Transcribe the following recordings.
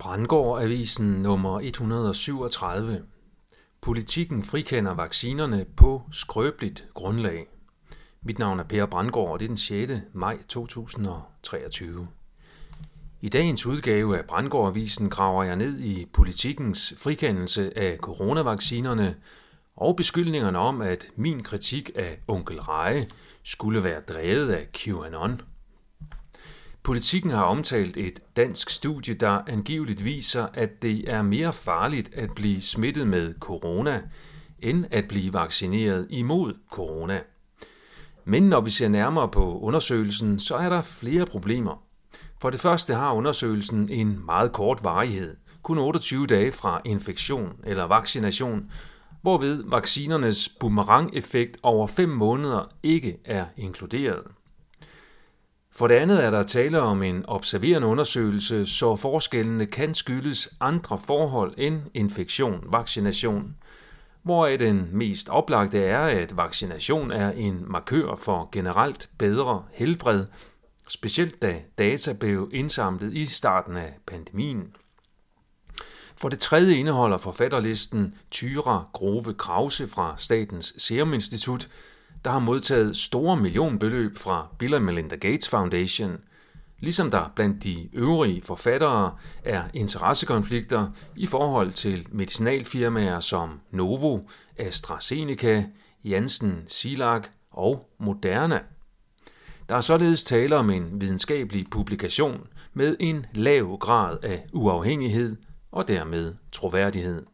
Brandgård-avisen nummer 137. Politikken frikender vaccinerne på skrøbeligt grundlag. Mit navn er Per Brandgård, og det er den 6. maj 2023. I dagens udgave af Brandgård-avisen graver jeg ned i Politikens frikendelse af coronavaccinerne og beskyldningerne om, at min kritik af onkel Reje skulle være drevet af QAnon. Politikken har omtalt et dansk studie, der angiveligt viser, at det er mere farligt at blive smittet med corona, end at blive vaccineret imod corona. Men når vi ser nærmere på undersøgelsen, så er der flere problemer. For det første har undersøgelsen en meget kort varighed, kun 28 dage fra infektion eller vaccination, hvorved vaccinernes boomerang-effekt over 5 måneder ikke er inkluderet. For det andet er der tale om en observerende undersøgelse, så forskellene kan skyldes andre forhold end infektion-vaccination, hvoraf den mest oplagte er, at vaccination er en markør for generelt bedre helbred, specielt da data blev indsamlet i starten af pandemien. For det tredje indeholder forfatterlisten Thyra Grove Krause fra Statens Serum Institut, der har modtaget store millionbeløb fra Bill & Melinda Gates Foundation, ligesom der blandt de øvrige forfattere er interessekonflikter i forhold til medicinalfirmaer som Novo, AstraZeneca, Janssen Cilag og Moderna. Der er således tale om en videnskabelig publikation med en lav grad af uafhængighed og dermed troværdighed.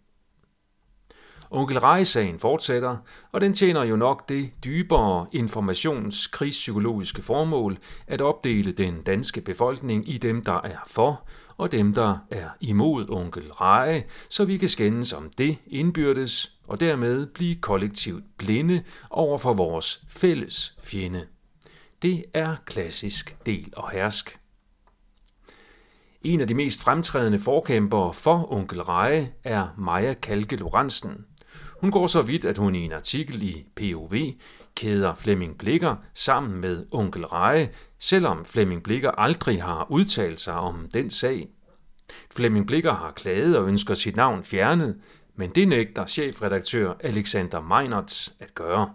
Onkel Reje-sagen fortsætter, og den tjener jo nok det dybere informationskrigspsykologiske formål at opdele den danske befolkning i dem, der er for, og dem, der er imod onkel Reje, så vi kan skændes om det indbyrdes, og dermed blive kollektivt blinde over for vores fælles fjende. Det er klassisk del og hersk. En af de mest fremtrædende forkæmpere for onkel Reje er Maja Kalke Lorentzen. Hun går så vidt, at hun i en artikel i POV kæder Flemming Blicher sammen med onkel Reje, selvom Flemming Blicher aldrig har udtalt sig om den sag. Flemming Blicher har klaget og ønsker sit navn fjernet, men det nægter chefredaktør Alexander Meinertz at gøre.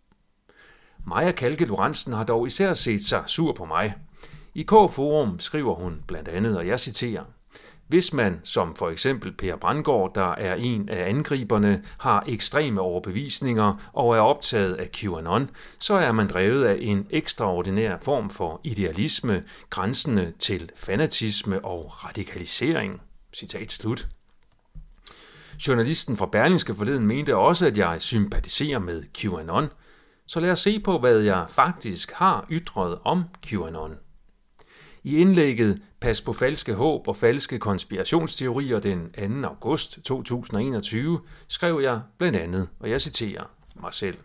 Maja Kalke Lorentzen har dog især set sig sur på mig. I K-forum skriver hun blandt andet, og jeg citerer: "Hvis man, som for eksempel Per Brandgård, der er en af angriberne, har ekstreme overbevisninger og er optaget af QAnon, så er man drevet af en ekstraordinær form for idealisme, grænsende til fanatisme og radikalisering." Citat slut. Journalisten fra Berlingske forleden mente også, at jeg sympatiserer med QAnon. Så lad os se på, hvad jeg faktisk har ytret om QAnon. I indlægget Pas på falske håb og falske konspirationsteorier den 2. august 2021 skrev jeg blandt andet, og jeg citerer mig selv: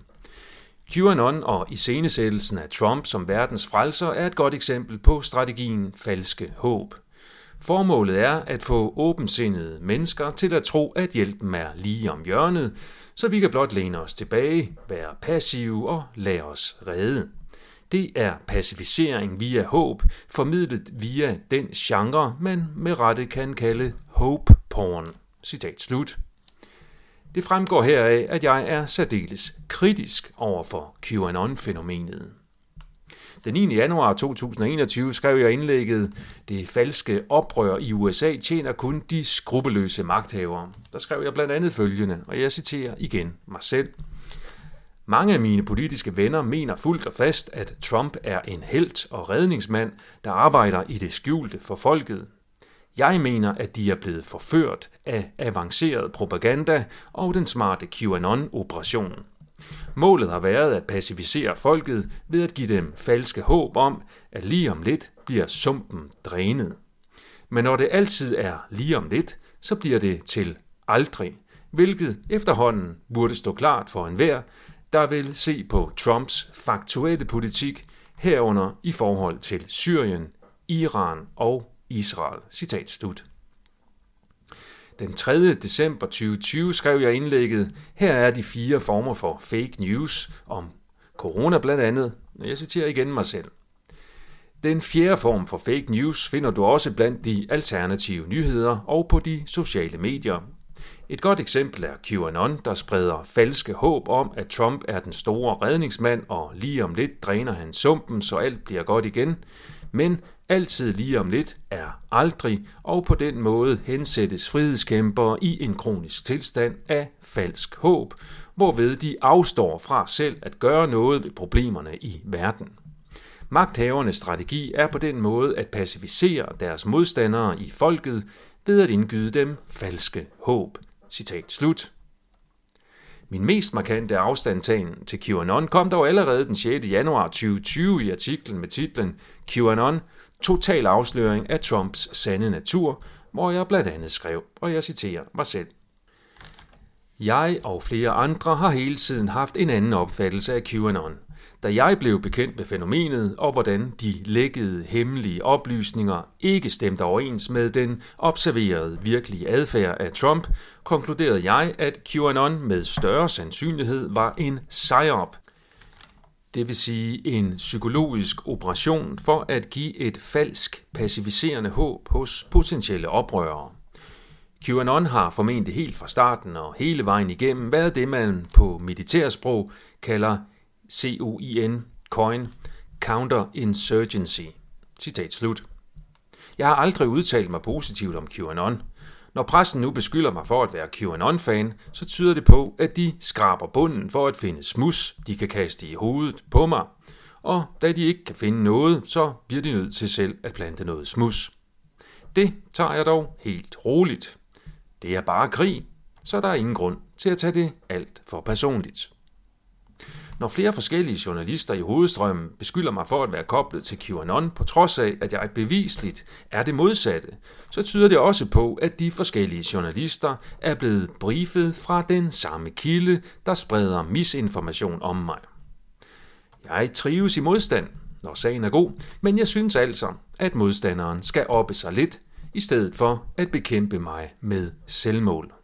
"QAnon og iscenesættelsen af Trump som verdens frelser er et godt eksempel på strategien falske håb. Formålet er at få åbensindede mennesker til at tro, at hjælpen er lige om hjørnet, så vi kan blot læne os tilbage, være passive og lade os redde. Det er pacificering via håb, formidlet via den genre, man med rette kan kalde hope porn." Citat slut. Det fremgår heraf, at jeg er særdeles kritisk over for QAnon-fænomenet. Den 9. januar 2021 skrev jeg indlægget "Det falske oprør i USA tjener kun de skrupelløse magthavere". Der skrev jeg blandt andet følgende, og jeg citerer igen mig selv: "Mange af mine politiske venner mener fuldt og fast, at Trump er en helt og redningsmand, der arbejder i det skjulte for folket. Jeg mener, at de er blevet forført af avanceret propaganda og den smarte QAnon-operation. Målet har været at pacificere folket ved at give dem falske håb om, at lige om lidt bliver sumpen drænet. Men når det altid er lige om lidt, så bliver det til aldrig, hvilket efterhånden burde stå klart for enhver, der vil se på Trumps faktuelle politik herunder i forhold til Syrien, Iran og Israel." Citat slut. Den 3. december 2020 skrev jeg indlægget "Her er de 4 former for fake news om corona blandt andet", og jeg citerer igen mig selv: Den fjerde form for fake news finder du også blandt de alternative nyheder og på de sociale medier. Et godt eksempel er QAnon, der spreder falske håb om, at Trump er den store redningsmand, og lige om lidt dræner han sumpen, så alt bliver godt igen. Men altid lige om lidt er aldrig, og på den måde hensættes frihedskæmpere i en kronisk tilstand af falsk håb, hvorved de afstår fra selv at gøre noget ved problemerne i verden. Magthavernes strategi er på den måde at pacificere deres modstandere i folket ved at indgyde dem falske håb. Citat slut. Min mest markante afstandtagen til QAnon kom dog allerede den 6. januar 2020 i artiklen med titlen QAnon, total afsløring af Trumps sande natur, hvor jeg blandt andet skrev, og jeg citerer mig selv. Jeg og flere andre har hele tiden haft en anden opfattelse af QAnon. Da jeg blev bekendt med fænomenet og hvordan de lækkede hemmelige oplysninger ikke stemte overens med den observerede virkelige adfærd af Trump, konkluderede jeg, at QAnon med større sandsynlighed var en psyop. Det vil sige en psykologisk operation for at give et falsk pacificerende håb hos potentielle oprørere. QAnon har formentlig helt fra starten og hele vejen igennem været det, man på militærsprog kalder COIN, counterinsurgency. Citat slut. Jeg har aldrig udtalt mig positivt om QAnon. Når pressen nu beskylder mig for at være QAnon-fan, så tyder det på, at de skraber bunden for at finde smuds, de kan kaste i hovedet på mig. Og da de ikke kan finde noget, så bliver de nødt til selv at plante noget smuds. Det tager jeg dog helt roligt. Det er bare krig, så der er ingen grund til at tage det alt for personligt. Når flere forskellige journalister i hovedstrømmen beskylder mig for at være koblet til QAnon, på trods af, at jeg bevisligt er det modsatte, så tyder det også på, at de forskellige journalister er blevet briefet fra den samme kilde, der spreder misinformation om mig. Jeg trives i modstand, når sagen er god, men jeg synes altså, at modstanderen skal oppe sig lidt, i stedet for at bekæmpe mig med selvmål.